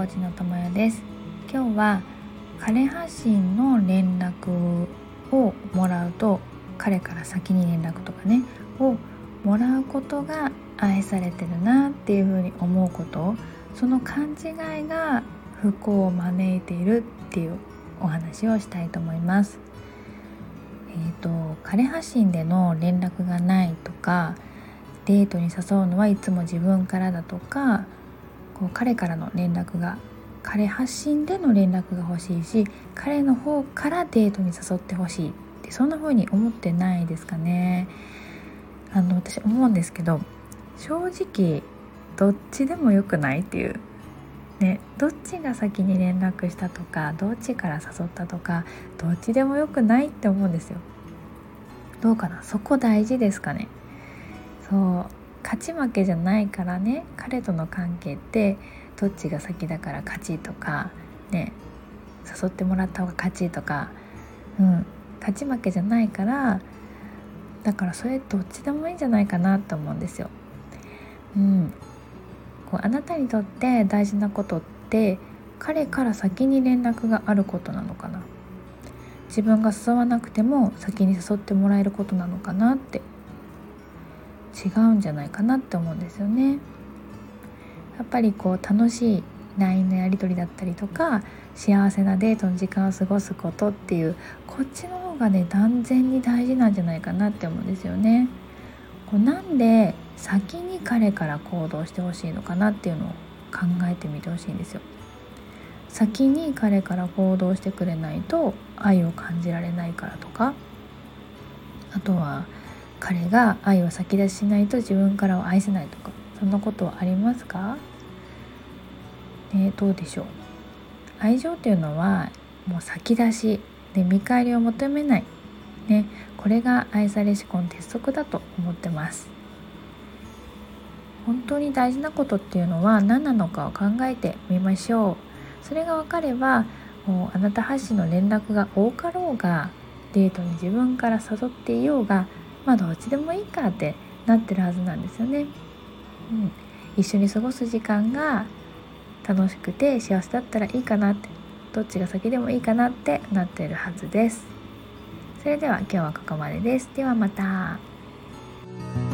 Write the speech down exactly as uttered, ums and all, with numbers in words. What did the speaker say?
コーチのともよです。今日は彼発信の連絡をもらうと、彼から先に連絡とかねをもらうことが愛されてるなっていうふうに思うこと、その勘違いが不幸を招いているっていうお話をしたいと思います。えーと、彼発信での連絡がないとか、デートに誘うのはいつも自分からだとか、こう彼からの連絡が彼発信での連絡が欲しいし、彼の方からデートに誘ってほしいって、そんな風に思ってないですかね。あの私思うんですけど、正直どっちでもよくないっていうね、どっちが先に連絡したとか、どっちから誘ったとか、どっちでもよくないって思うんですよ。どうかな、そこ大事ですかね。そう、勝ち負けじゃないからね。彼との関係ってどっちが先だから勝ちとかね、誘ってもらった方が勝ちとか、うん、勝ち負けじゃないから、だからそれどっちでもいいんじゃないかなと思うんですよ。うん、こうあなたにとって大事なことって彼から先に連絡があることなのかな、自分が誘わなくても先に誘ってもらえることなのかなって、違うんじゃないかなって思うんですよね。やっぱりこう楽しい ライン のやり取りだったりとか、幸せなデートの時間を過ごすことっていう、こっちの方がね断然に大事なんじゃないかなって思うんですよね。こうなんで先に彼から行動してほしいのかなっていうのを考えてみてほしいんですよ。先に彼から行動してくれないと愛を感じられないからとか、あとは彼が愛を先出ししないと自分からは愛せないとか、そんなことはありますかね。どうでしょう。愛情っていうのはもう先出しで見返りを求めない、ね、これが愛されし婚鉄則だと思ってます。本当に大事なことっていうのは何なのかを考えてみましょう。それが分かれば、もうあなた発信の連絡が多かろうが、デートに自分から誘っていようが、まあどっちでもいいかってなってるはずなんですよね。うん、一緒に過ごす時間が楽しくて幸せだったらいいかなって、どっちが先でもいいかなってなってるはずです。それでは今日はここまでです。ではまた。